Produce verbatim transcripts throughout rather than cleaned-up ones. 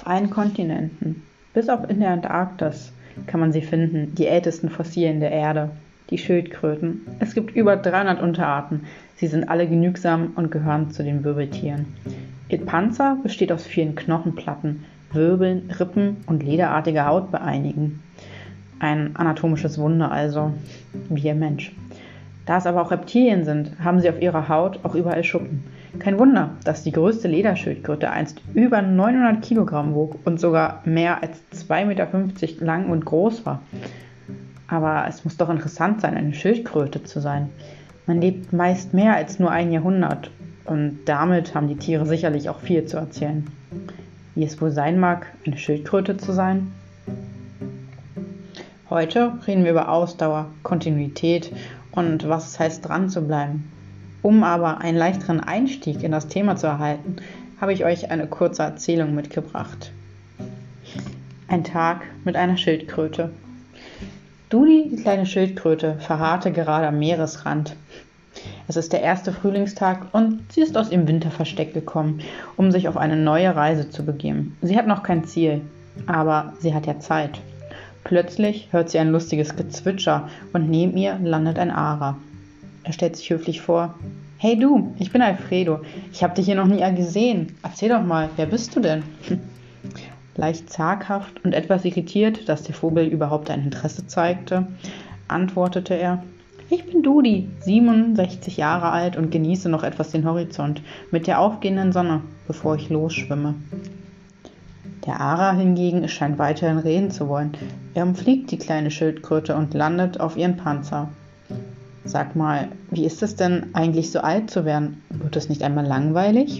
auf allen Kontinenten, bis auf in der Antarktis, kann man sie finden, die ältesten Fossilien der Erde, die Schildkröten. Es gibt über dreihundert Unterarten. Sie sind alle genügsam und gehören zu den Wirbeltieren. Ihr Panzer besteht aus vielen Knochenplatten, Wirbeln, Rippen und lederartiger Haut bei einigen. Ein anatomisches Wunder also, wie ihr Mensch. Da es aber auch Reptilien sind, haben sie auf ihrer Haut auch überall Schuppen. Kein Wunder, dass die größte Lederschildkröte einst über neunhundert Kilogramm wog und sogar mehr als zwei Meter fünfzig lang und groß war. Aber es muss doch interessant sein, eine Schildkröte zu sein. Man lebt meist mehr als nur ein Jahrhundert und damit haben die Tiere sicherlich auch viel zu erzählen. Wie es wohl sein mag, eine Schildkröte zu sein? Heute reden wir über Ausdauer, Kontinuität und was es heißt, dran zu bleiben. Um aber einen leichteren Einstieg in das Thema zu erhalten, habe ich euch eine kurze Erzählung mitgebracht. Ein Tag mit einer Schildkröte. Dudi, die kleine Schildkröte, verharrte gerade am Meeresrand. Es ist der erste Frühlingstag und sie ist aus ihrem Winterversteck gekommen, um sich auf eine neue Reise zu begeben. Sie hat noch kein Ziel, aber sie hat ja Zeit. Plötzlich hört sie ein lustiges Gezwitscher und neben ihr landet ein Ara. Er stellt sich höflich vor. »Hey du, ich bin Alfredo. Ich habe dich hier noch nie gesehen. Erzähl doch mal, wer bist du denn?« Leicht zaghaft und etwas irritiert, dass der Vogel überhaupt ein Interesse zeigte, antwortete er. »Ich bin Dudi, siebenundsechzig Jahre alt und genieße noch etwas den Horizont mit der aufgehenden Sonne, bevor ich losschwimme.« Der Ara hingegen scheint weiterhin reden zu wollen. Er umfliegt die kleine Schildkröte und landet auf ihren Panzer. »Sag mal, wie ist es denn eigentlich so alt zu werden? Wird es nicht einmal langweilig?«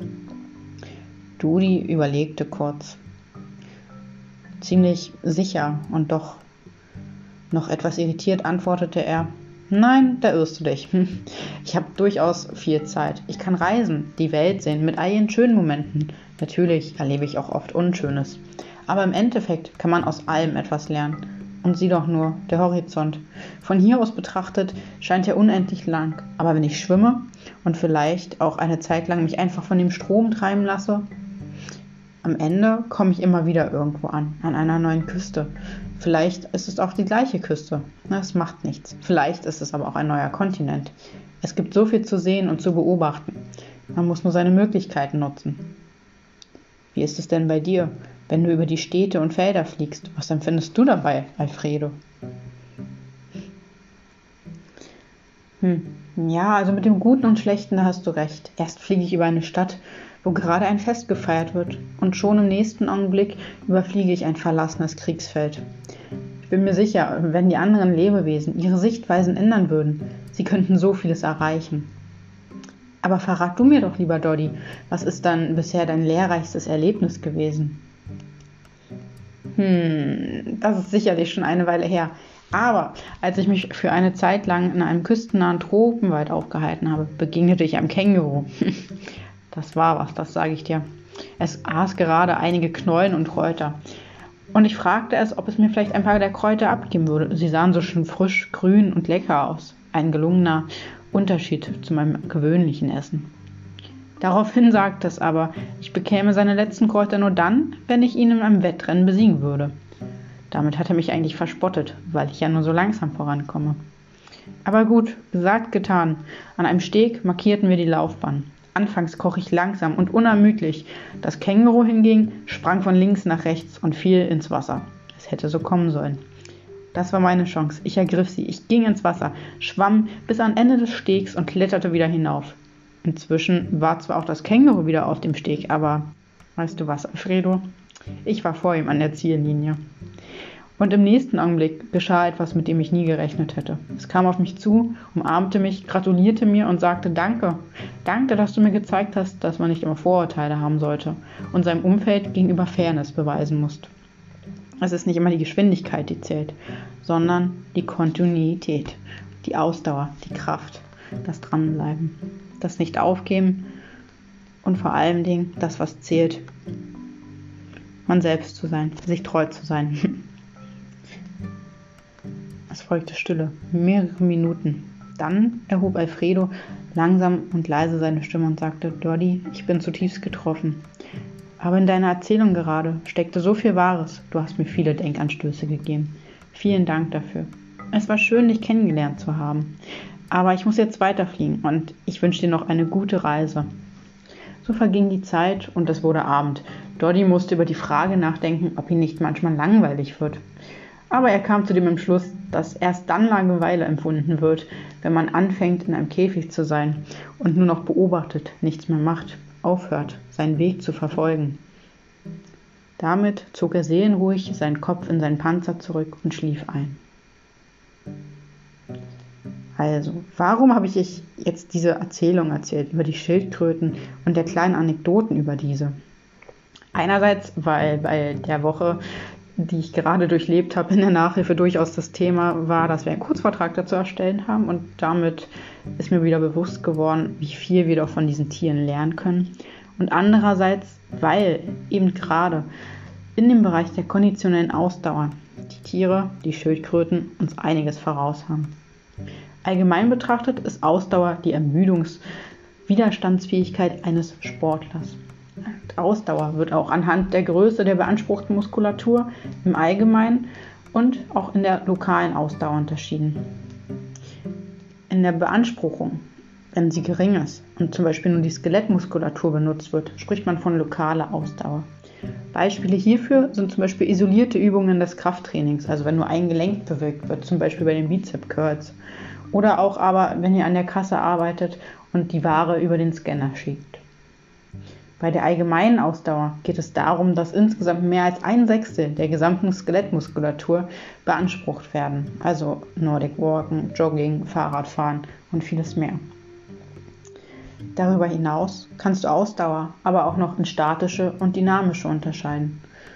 Dudi überlegte kurz. Ziemlich sicher und doch noch etwas irritiert antwortete er. »Nein, da irrst du dich. Ich habe durchaus viel Zeit. Ich kann reisen, die Welt sehen, mit all ihren schönen Momenten. Natürlich erlebe ich auch oft Unschönes. Aber im Endeffekt kann man aus allem etwas lernen. Und sieh doch nur, der Horizont. Von hier aus betrachtet scheint er unendlich lang. Aber wenn ich schwimme und vielleicht auch eine Zeit lang mich einfach von dem Strom treiben lasse, am Ende komme ich immer wieder irgendwo an, an einer neuen Küste. Vielleicht ist es auch die gleiche Küste. Das macht nichts. Vielleicht ist es aber auch ein neuer Kontinent. Es gibt so viel zu sehen und zu beobachten. Man muss nur seine Möglichkeiten nutzen. Wie ist es denn bei dir, wenn du über die Städte und Felder fliegst? Was empfindest du dabei, Alfredo? Hm. Ja, also mit dem Guten und Schlechten, da hast du recht. Erst fliege ich über eine Stadt, wo gerade ein Fest gefeiert wird, und schon im nächsten Augenblick überfliege ich ein verlassenes Kriegsfeld. Ich bin mir sicher, wenn die anderen Lebewesen ihre Sichtweisen ändern würden, sie könnten so vieles erreichen. Aber verrat du mir doch lieber, Dodi, was ist dann bisher dein lehrreichstes Erlebnis gewesen? Hm, das ist sicherlich schon eine Weile her. Aber als ich mich für eine Zeit lang in einem küstennahen Tropenwald aufgehalten habe, begegnete ich einem Känguru. Das war was, das sage ich dir. Es aß gerade einige Knollen und Kräuter. Und ich fragte es, ob es mir vielleicht ein paar der Kräuter abgeben würde. Sie sahen so schön frisch, grün und lecker aus. Ein gelungener Unterschied zu meinem gewöhnlichen Essen. Daraufhin sagte es aber, ich bekäme seine letzten Kräuter nur dann, wenn ich ihn in einem Wettrennen besiegen würde. Damit hat er mich eigentlich verspottet, weil ich ja nur so langsam vorankomme. Aber gut, gesagt, getan. An einem Steg markierten wir die Laufbahn. Anfangs kroch ich langsam und unermüdlich. Das Känguru hingegen sprang von links nach rechts und fiel ins Wasser. Es hätte so kommen sollen. Das war meine Chance. Ich ergriff sie. Ich ging ins Wasser, schwamm bis ans Ende des Stegs und kletterte wieder hinauf. Inzwischen war zwar auch das Känguru wieder auf dem Steg, aber weißt du was, Alfredo? Ich war vor ihm an der Ziellinie. Und im nächsten Augenblick geschah etwas, mit dem ich nie gerechnet hätte. Es kam auf mich zu, umarmte mich, gratulierte mir und sagte Danke. Danke, dass du mir gezeigt hast, dass man nicht immer Vorurteile haben sollte und seinem Umfeld gegenüber Fairness beweisen muss. Es ist nicht immer die Geschwindigkeit, die zählt, sondern die Kontinuität, die Ausdauer, die Kraft, das Dranbleiben, das Nicht-Aufgeben und vor allen Dingen das, was zählt, man selbst zu sein, sich treu zu sein. Es folgte Stille, mehrere Minuten. Dann erhob Alfredo langsam und leise seine Stimme und sagte, Dodi, ich bin zutiefst getroffen. Aber in deiner Erzählung gerade steckte so viel Wahres. Du hast mir viele Denkanstöße gegeben. Vielen Dank dafür. Es war schön, dich kennengelernt zu haben. Aber ich muss jetzt weiterfliegen und ich wünsche dir noch eine gute Reise. So verging die Zeit und es wurde Abend. Doddy musste über die Frage nachdenken, ob ihm nicht manchmal langweilig wird. Aber er kam zu dem Entschluss, dass erst dann Langeweile empfunden wird, wenn man anfängt, in einem Käfig zu sein und nur noch beobachtet, nichts mehr macht, aufhört, seinen Weg zu verfolgen. Damit zog er seelenruhig seinen Kopf in seinen Panzer zurück und schlief ein. Also, warum habe ich jetzt diese Erzählung erzählt über die Schildkröten und der kleinen Anekdoten über diese? Einerseits, weil bei der Woche, die ich gerade durchlebt habe in der Nachhilfe, durchaus das Thema war, dass wir einen Kurzvortrag dazu erstellen haben und damit ist mir wieder bewusst geworden, wie viel wir doch von diesen Tieren lernen können. Und andererseits, weil eben gerade in dem Bereich der konditionellen Ausdauer die Tiere, die Schildkröten, uns einiges voraus haben. Allgemein betrachtet ist Ausdauer die Ermüdungswiderstandsfähigkeit eines Sportlers. Und Ausdauer wird auch anhand der Größe der beanspruchten Muskulatur im Allgemeinen und auch in der lokalen Ausdauer unterschieden. In der Beanspruchung, wenn sie gering ist und zum Beispiel nur die Skelettmuskulatur benutzt wird, spricht man von lokaler Ausdauer. Beispiele hierfür sind zum Beispiel isolierte Übungen des Krafttrainings, also wenn nur ein Gelenk bewegt wird, zum Beispiel bei den Bizep Curls. Oder auch aber, wenn ihr an der Kasse arbeitet und die Ware über den Scanner schiebt. Bei der allgemeinen Ausdauer geht es darum, dass insgesamt mehr als ein Sechstel der gesamten Skelettmuskulatur beansprucht werden, also Nordic Walken, Jogging, Fahrradfahren und vieles mehr. Darüber hinaus kannst du Ausdauer aber auch noch in statische und dynamische unterscheiden.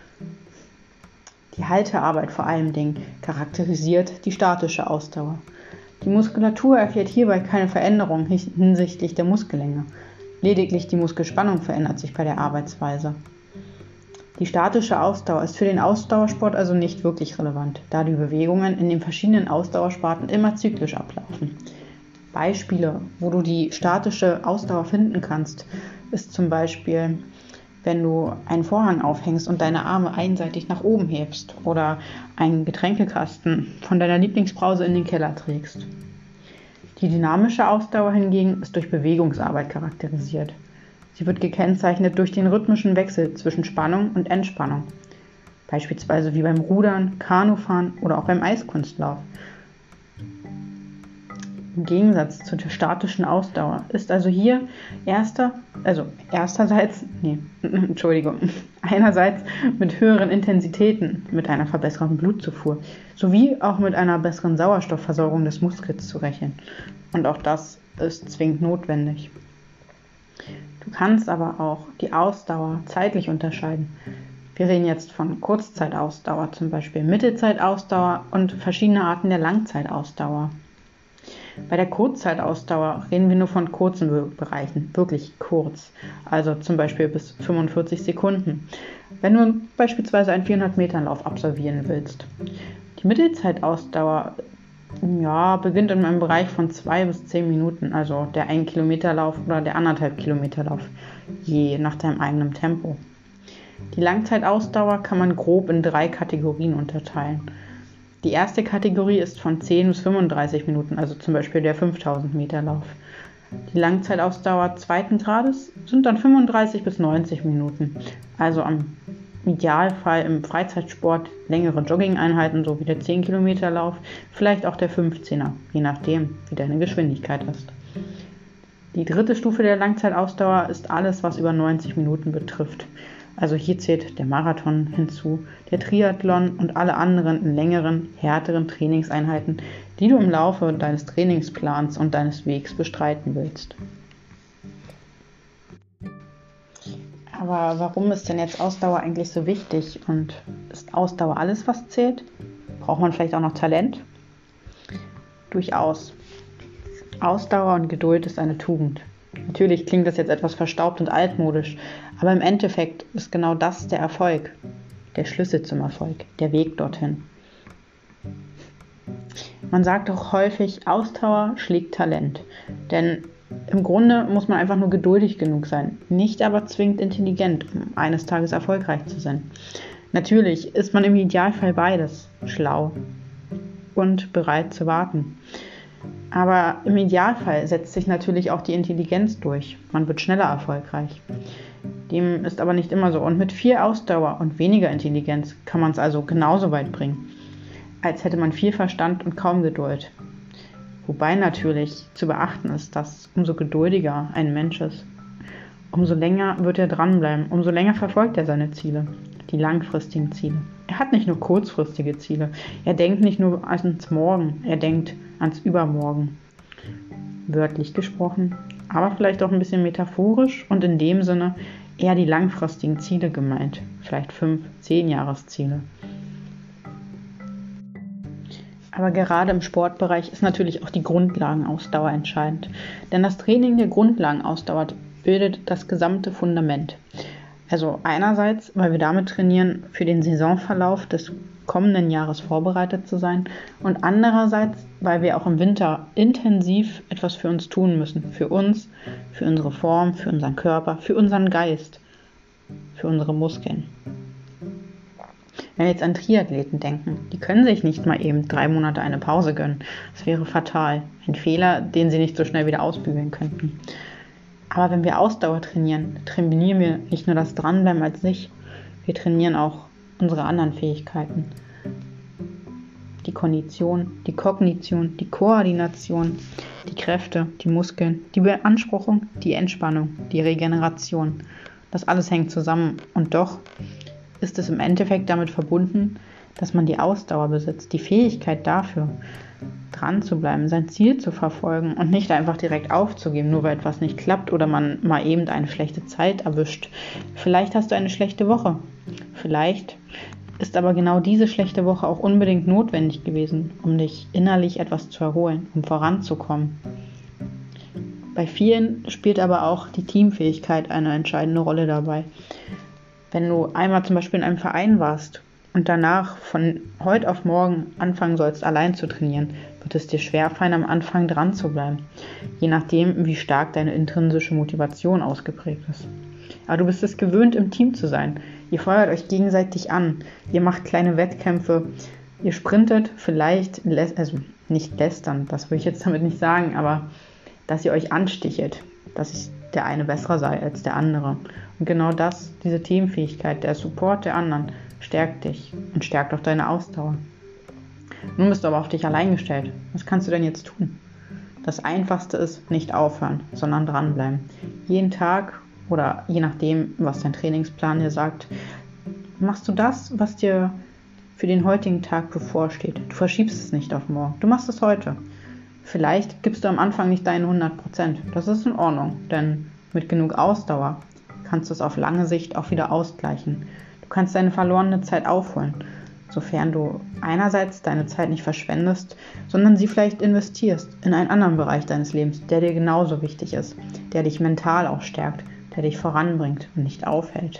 Die Haltearbeit vor allen Dingen charakterisiert die statische Ausdauer. Die Muskulatur erfährt hierbei keine Veränderung hinsichtlich der Muskellänge. Lediglich die Muskelspannung verändert sich bei der Arbeitsweise. Die statische Ausdauer ist für den Ausdauersport also nicht wirklich relevant, da die Bewegungen in den verschiedenen Ausdauersparten immer zyklisch ablaufen. Beispiele, wo du die statische Ausdauer finden kannst, ist zum Beispiel, wenn du einen Vorhang aufhängst und deine Arme einseitig nach oben hebst oder einen Getränkekasten von deiner Lieblingsbrause in den Keller trägst. Die dynamische Ausdauer hingegen ist durch Bewegungsarbeit charakterisiert. Sie wird gekennzeichnet durch den rhythmischen Wechsel zwischen Spannung und Entspannung, beispielsweise wie beim Rudern, Kanufahren oder auch beim Eiskunstlauf. Im Gegensatz zur statischen Ausdauer ist also hier erster, also ersterseits, nee, Entschuldigung, einerseits mit höheren Intensitäten, mit einer verbesserten Blutzufuhr, sowie auch mit einer besseren Sauerstoffversorgung des Muskels zu rechnen. Und auch das ist zwingend notwendig. Du kannst aber auch die Ausdauer zeitlich unterscheiden. Wir reden jetzt von Kurzzeitausdauer, zum Beispiel Mittelzeitausdauer und verschiedene Arten der Langzeitausdauer. Bei der Kurzzeitausdauer reden wir nur von kurzen Bereichen, wirklich kurz, also zum Beispiel bis fünfundvierzig Sekunden, wenn du beispielsweise einen vierhundert Meter Lauf absolvieren willst. Die Mittelzeitausdauer ja, beginnt in einem Bereich von zwei bis zehn Minuten, also der ein Kilometer Lauf oder der anderthalb Kilometer Lauf, je nach deinem eigenen Tempo. Die Langzeitausdauer kann man grob in drei Kategorien unterteilen. Die erste Kategorie ist von zehn bis fünfunddreißig Minuten, also zum Beispiel der fünftausend Meter Lauf. Die Langzeitausdauer zweiten Grades sind dann fünfunddreißig bis neunzig Minuten, also am Idealfall im Freizeitsport längere Jogging-Einheiten, so wie der zehn Kilometer Lauf, vielleicht auch der fünfzehner, je nachdem, wie deine Geschwindigkeit ist. Die dritte Stufe der Langzeitausdauer ist alles, was über neunzig Minuten betrifft. Also hier zählt der Marathon hinzu, der Triathlon und alle anderen längeren, härteren Trainingseinheiten, die du im Laufe deines Trainingsplans und deines Wegs bestreiten willst. Aber warum ist denn jetzt Ausdauer eigentlich so wichtig? Und ist Ausdauer alles, was zählt? Braucht man vielleicht auch noch Talent? Durchaus. Ausdauer und Geduld ist eine Tugend. Natürlich klingt das jetzt etwas verstaubt und altmodisch, aber im Endeffekt ist genau das der Erfolg, der Schlüssel zum Erfolg, der Weg dorthin. Man sagt auch häufig, Ausdauer schlägt Talent, denn Im Grunde muss man einfach nur geduldig genug sein, nicht aber zwingend intelligent, um eines Tages erfolgreich zu sein. Natürlich ist man im Idealfall beides, schlau und bereit zu warten. Aber im Idealfall setzt sich natürlich auch die Intelligenz durch. Man wird schneller erfolgreich. Dem ist aber nicht immer so. Und mit viel Ausdauer und weniger Intelligenz kann man es also genauso weit bringen, als hätte man viel Verstand und kaum Geduld. Wobei natürlich zu beachten ist, dass umso geduldiger ein Mensch ist, umso länger wird er dranbleiben, umso länger verfolgt er seine Ziele, die langfristigen Ziele. Er hat nicht nur kurzfristige Ziele. Er denkt nicht nur ans Morgen, er denkt ans Übermorgen. Wörtlich gesprochen, aber vielleicht auch ein bisschen metaphorisch und in dem Sinne eher die langfristigen Ziele gemeint. Vielleicht fünf, zehn Jahresziele. Aber gerade im Sportbereich ist natürlich auch die Grundlagenausdauer entscheidend. Denn das Training der Grundlagenausdauer bildet das gesamte Fundament. Also einerseits, weil wir damit trainieren, für den Saisonverlauf des kommenden Jahres vorbereitet zu sein, und andererseits, weil wir auch im Winter intensiv etwas für uns tun müssen. Für uns, für unsere Form, für unseren Körper, für unseren Geist, für unsere Muskeln. Wenn wir jetzt an Triathleten denken, die können sich nicht mal eben drei Monate eine Pause gönnen. Das wäre fatal. Ein Fehler, den sie nicht so schnell wieder ausbügeln könnten. Aber wenn wir Ausdauer trainieren, trainieren wir nicht nur das Dranbleiben als sich, wir trainieren auch unsere anderen Fähigkeiten. Die Kondition, die Kognition, die Koordination, die Kräfte, die Muskeln, die Beanspruchung, die Entspannung, die Regeneration. Das alles hängt zusammen und doch ist es im Endeffekt damit verbunden, dass man die Ausdauer besitzt, die Fähigkeit dafür, dran zu bleiben, sein Ziel zu verfolgen und nicht einfach direkt aufzugeben, nur weil etwas nicht klappt oder man mal eben eine schlechte Zeit erwischt. Vielleicht hast du eine schlechte Woche. Vielleicht ist aber genau diese schlechte Woche auch unbedingt notwendig gewesen, um dich innerlich etwas zu erholen, um voranzukommen. Bei vielen spielt aber auch die Teamfähigkeit eine entscheidende Rolle dabei. Wenn du einmal zum Beispiel in einem Verein warst und danach von heute auf morgen anfangen sollst, allein zu trainieren, wird es dir schwerfallen, am Anfang dran zu bleiben, je nachdem, wie stark deine intrinsische Motivation ausgeprägt ist. Aber du bist es gewöhnt, im Team zu sein. Ihr feuert euch gegenseitig an, ihr macht kleine Wettkämpfe, ihr sprintet vielleicht, also nicht lästern, das will ich jetzt damit nicht sagen, aber dass ihr euch anstichelt, dass der eine besser sei als der andere. Und genau das, diese Teamfähigkeit, der Support der anderen, stärkt dich und stärkt auch deine Ausdauer. Nun bist du aber auf dich allein gestellt. Was kannst du denn jetzt tun? Das Einfachste ist, nicht aufhören, sondern dranbleiben. Jeden Tag oder je nachdem, was dein Trainingsplan dir sagt, machst du das, was dir für den heutigen Tag bevorsteht. Du verschiebst es nicht auf morgen. Du machst es heute. Vielleicht gibst du am Anfang nicht deine hundert Prozent. Das ist in Ordnung, denn mit genug Ausdauer kannst du es auf lange Sicht auch wieder ausgleichen. Du kannst deine verlorene Zeit aufholen, sofern du einerseits deine Zeit nicht verschwendest, sondern sie vielleicht investierst in einen anderen Bereich deines Lebens, der dir genauso wichtig ist, der dich mental auch stärkt, der dich voranbringt und nicht aufhält.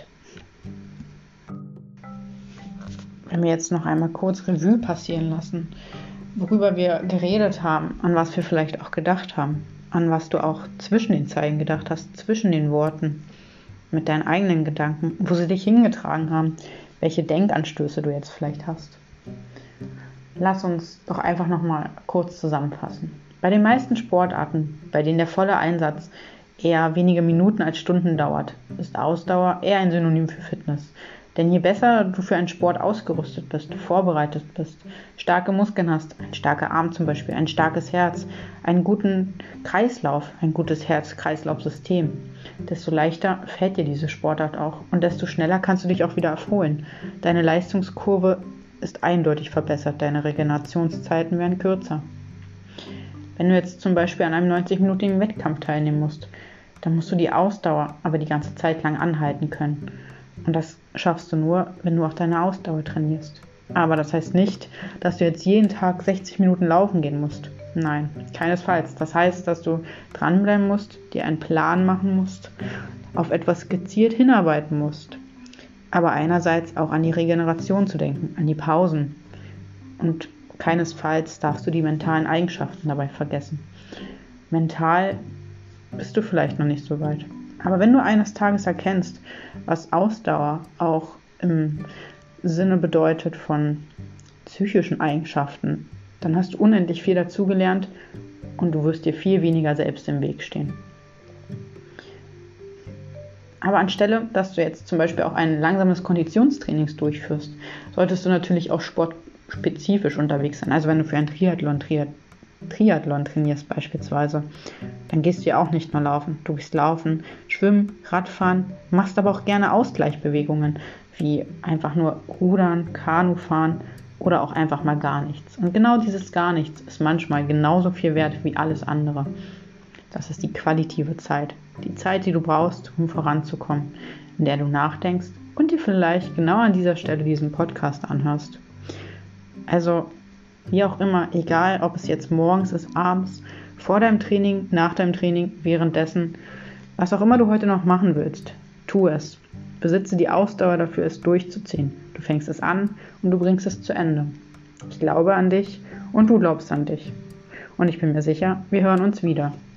Wenn wir jetzt noch einmal kurz Revue passieren lassen, worüber wir geredet haben, an was wir vielleicht auch gedacht haben, an was du auch zwischen den Zeilen gedacht hast, zwischen den Worten, mit deinen eigenen Gedanken, wo sie dich hingetragen haben, welche Denkanstöße du jetzt vielleicht hast. Lass uns doch einfach nochmal kurz zusammenfassen. Bei den meisten Sportarten, bei denen der volle Einsatz eher wenige Minuten als Stunden dauert, ist Ausdauer eher ein Synonym für Fitness. Denn je besser du für einen Sport ausgerüstet bist, vorbereitet bist, starke Muskeln hast, ein starker Arm zum Beispiel, ein starkes Herz, einen guten Kreislauf, ein gutes Herz-Kreislauf-System, desto leichter fällt dir diese Sportart auch und desto schneller kannst du dich auch wieder erholen. Deine Leistungskurve ist eindeutig verbessert, deine Regenerationszeiten werden kürzer. Wenn du jetzt zum Beispiel an einem neunzig-minütigen Wettkampf teilnehmen musst, dann musst du die Ausdauer aber die ganze Zeit lang anhalten können. Und das schaffst du nur, wenn du auch deine Ausdauer trainierst. Aber das heißt nicht, dass du jetzt jeden Tag sechzig Minuten laufen gehen musst. Nein, keinesfalls. Das heißt, dass du dranbleiben musst, dir einen Plan machen musst, auf etwas gezielt hinarbeiten musst. Aber einerseits auch an die Regeneration zu denken, an die Pausen. Und keinesfalls darfst du die mentalen Eigenschaften dabei vergessen. Mental bist du vielleicht noch nicht so weit. Aber wenn du eines Tages erkennst, was Ausdauer auch im Sinne bedeutet von psychischen Eigenschaften, dann hast du unendlich viel dazugelernt und du wirst dir viel weniger selbst im Weg stehen. Aber anstelle, dass du jetzt zum Beispiel auch ein langsames Konditionstrainings durchführst, solltest du natürlich auch sportspezifisch unterwegs sein. Also wenn du für einen Triathlon, Triat- Triathlon trainierst beispielsweise, dann gehst du ja auch nicht nur laufen. Du gehst laufen, schwimmen, Radfahren, machst aber auch gerne Ausgleichsbewegungen, wie einfach nur Rudern, Kanu fahren oder auch einfach mal gar nichts. Und genau dieses gar nichts ist manchmal genauso viel wert wie alles andere. Das ist die qualitative Zeit. Die Zeit, die du brauchst, um voranzukommen, in der du nachdenkst und dir vielleicht genau an dieser Stelle diesen Podcast anhörst. Also, wie auch immer, egal ob es jetzt morgens ist, abends, vor deinem Training, nach deinem Training, währenddessen, was auch immer du heute noch machen willst, tu es. Besitze die Ausdauer dafür, es durchzuziehen. Du fängst es an und du bringst es zu Ende. Ich glaube an dich und du glaubst an dich. Und ich bin mir sicher, wir hören uns wieder.